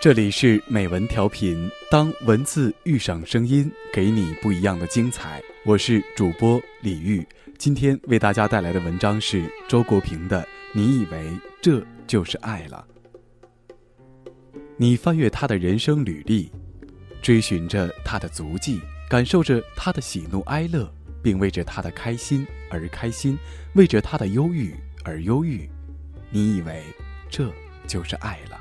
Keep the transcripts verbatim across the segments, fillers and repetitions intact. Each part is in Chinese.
这里是美文调频，当文字遇上声音，给你不一样的精彩。我是主播李玉，今天为大家带来的文章是周国平的《你以为这就是爱了》。你翻阅他的人生履历，追寻着他的足迹，感受着他的喜怒哀乐，并为着他的开心而开心，为着他的忧郁而忧郁。你以为这就是爱了？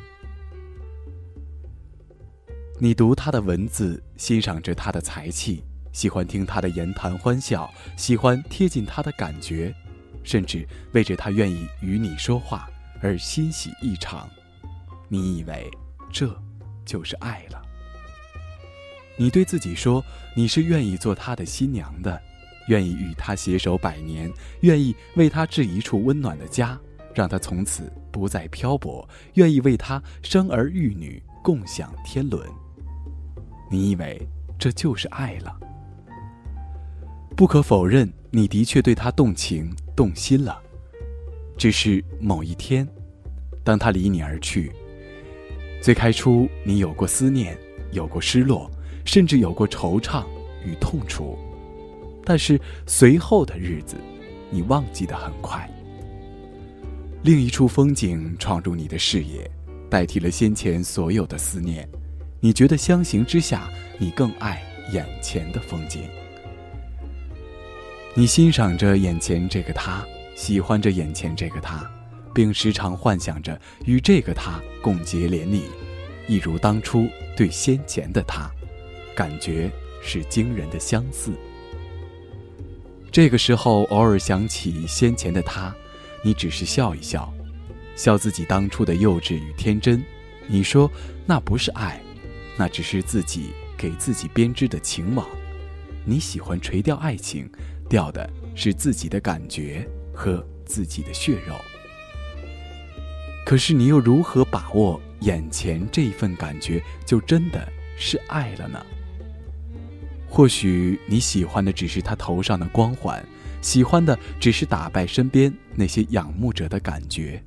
你读他的文字，欣赏着他的才气，喜欢听他的言谈欢笑，喜欢贴近他的感觉，甚至为着他愿意与你说话而欣喜异常。你以为这就是爱了？你对自己说，你是愿意做他的新娘的，愿意与他携手百年，愿意为他置一处温暖的家，让他从此不再漂泊，愿意为他生儿育女，共享天伦。你以为这就是爱了？不可否认，你的确对他动情动心了，只是某一天，当他离你而去，最开初你有过思念，有过失落，甚至有过惆怅与痛楚，但是随后的日子你忘记得很快。另一处风景闯入你的视野，代替了先前所有的思念，你觉得相形之下，你更爱眼前的风景。你欣赏着眼前这个他，喜欢着眼前这个他，并时常幻想着与这个他共结连理，一如当初对先前的他，感觉是惊人的相似。这个时候偶尔想起先前的他，你只是笑一笑，笑自己当初的幼稚与天真。你说那不是爱，那只是自己给自己编织的情网。你喜欢垂钓爱情，钓的是自己的感觉和自己的血肉。可是你又如何把握眼前这一份感觉就真的是爱了呢？或许你喜欢的只是他头上的光环，喜欢的只是打败身边那些仰慕者的感觉。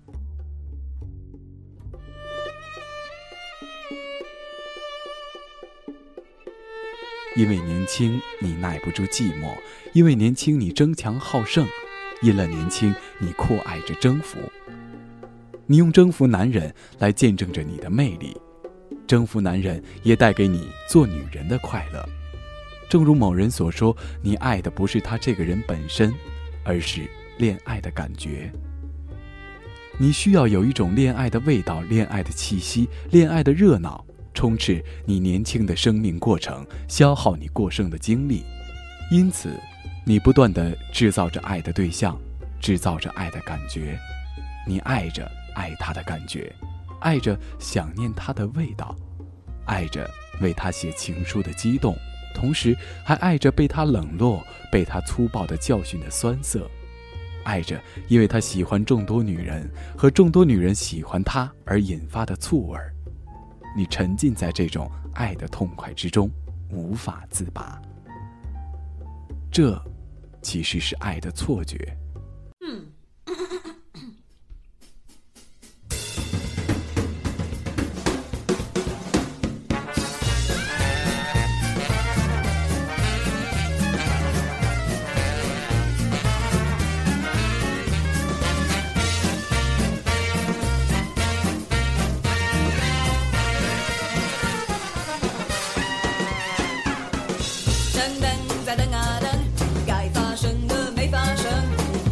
因为年轻你耐不住寂寞，因为年轻你争强好胜，因了年轻你酷爱着征服。你用征服男人来见证着你的魅力，征服男人也带给你做女人的快乐。正如某人所说，你爱的不是他这个人本身，而是恋爱的感觉。你需要有一种恋爱的味道，恋爱的气息，恋爱的热闹，充斥你年轻的生命过程，消耗你过剩的精力。因此你不断地制造着爱的对象，制造着爱的感觉。你爱着爱他的感觉，爱着想念他的味道，爱着为他写情书的激动，同时还爱着被他冷落，被他粗暴的教训的酸涩，爱着因为他喜欢众多女人和众多女人喜欢他而引发的醋味。你沉浸在这种爱的痛快之中，无法自拔。这其实是爱的错觉。嗯等等再等啊等，该发生的没发生，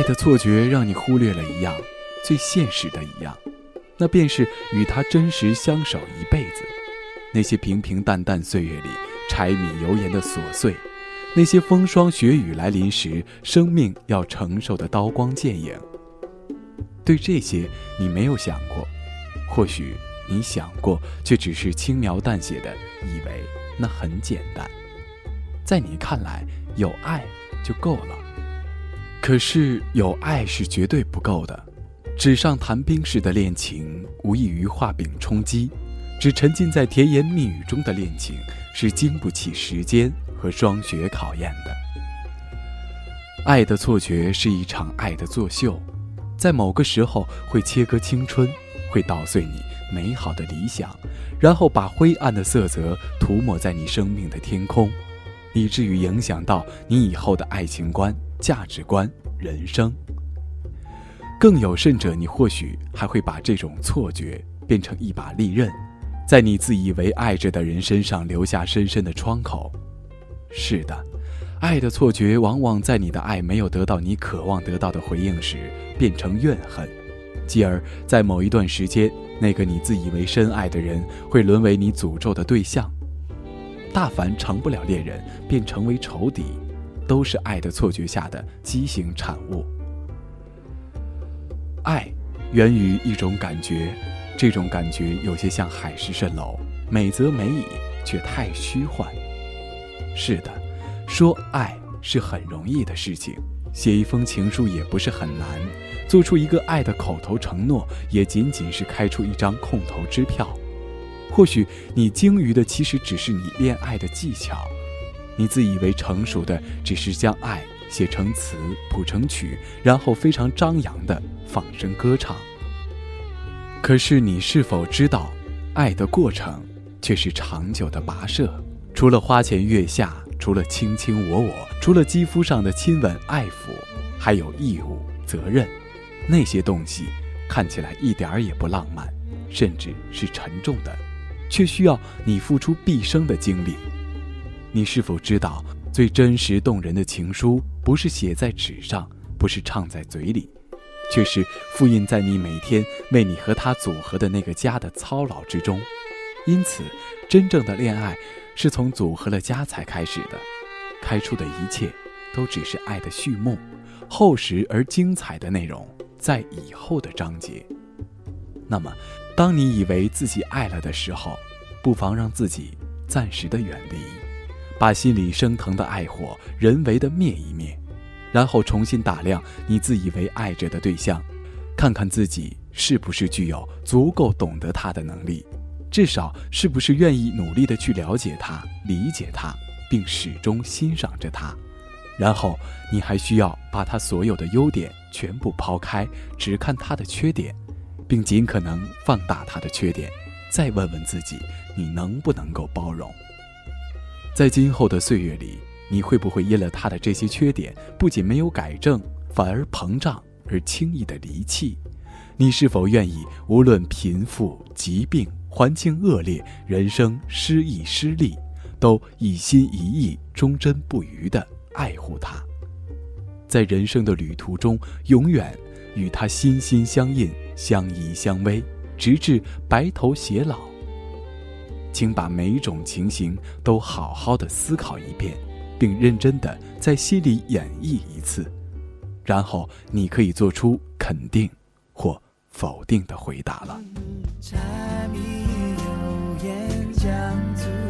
爱的错觉让你忽略了一样最现实的一样，那便是与他真实相守一辈子。那些平平淡淡岁月里柴米油盐的琐碎，那些风霜雪雨来临时生命要承受的刀光剑影，对这些你没有想过，或许你想过，却只是轻描淡写的以为那很简单。在你看来，有爱就够了。可是有爱是绝对不够的。纸上谈兵式的恋情无异于画饼充饥，只沉浸在甜言蜜语中的恋情是经不起时间和霜雪考验的。爱的错觉是一场爱的作秀，在某个时候会切割青春，会捣碎你美好的理想，然后把灰暗的色泽涂抹在你生命的天空，以至于影响到你以后的爱情观、价值观、人生。更有甚者，你或许还会把这种错觉变成一把利刃，在你自以为爱着的人身上留下深深的窗口。是的，爱的错觉往往在你的爱没有得到你渴望得到的回应时变成怨恨，继而在某一段时间，那个你自以为深爱的人会沦为你诅咒的对象。大凡成不了恋人便成为仇敌，都是爱的错觉下的畸形产物。爱源于一种感觉，这种感觉有些像海市蜃楼，美则美矣，却太虚幻。是的，说爱是很容易的事情，写一封情书也不是很难，做出一个爱的口头承诺也仅仅是开出一张空头支票。或许你精于的其实只是你恋爱的技巧，你自以为成熟的只是将爱写成词谱成曲，然后非常张扬地放声歌唱。可是你是否知道，爱的过程却是长久的跋涉，除了花前月下，除了卿卿我我，除了肌肤上的亲吻爱抚，还有义务责任。那些东西看起来一点儿也不浪漫，甚至是沉重的，却需要你付出毕生的精力。你是否知道，最真实动人的情书不是写在纸上，不是唱在嘴里，却是复印在你每天为你和他组合的那个家的操劳之中。因此，真正的恋爱是从组合了家才开始的，开出的一切都只是爱的序幕，厚实而精彩的内容在以后的章节。那么，当你以为自己爱了的时候，不妨让自己暂时的远离，把心里升腾的爱火人为的灭一灭，然后重新打量你自以为爱着的对象，看看自己是不是具有足够懂得他的能力，至少是不是愿意努力的去了解他、理解他，并始终欣赏着他。然后你还需要把他所有的优点全部抛开，只看他的缺点，并尽可能放大他的缺点，再问问自己，你能不能够包容。在今后的岁月里，你会不会因了他的这些缺点，不仅没有改正，反而膨胀而轻易的离弃？你是否愿意无论贫富、疾病、环境恶劣、人生失意失利，都一心一意、忠贞不渝地爱护他，在人生的旅途中永远与他心心相印、相依相偎，直至白头偕老？请把每一种情形都好好的思考一遍，并认真地在心里演绎一次，然后你可以做出肯定或否定的回答了。柴米油盐酱醋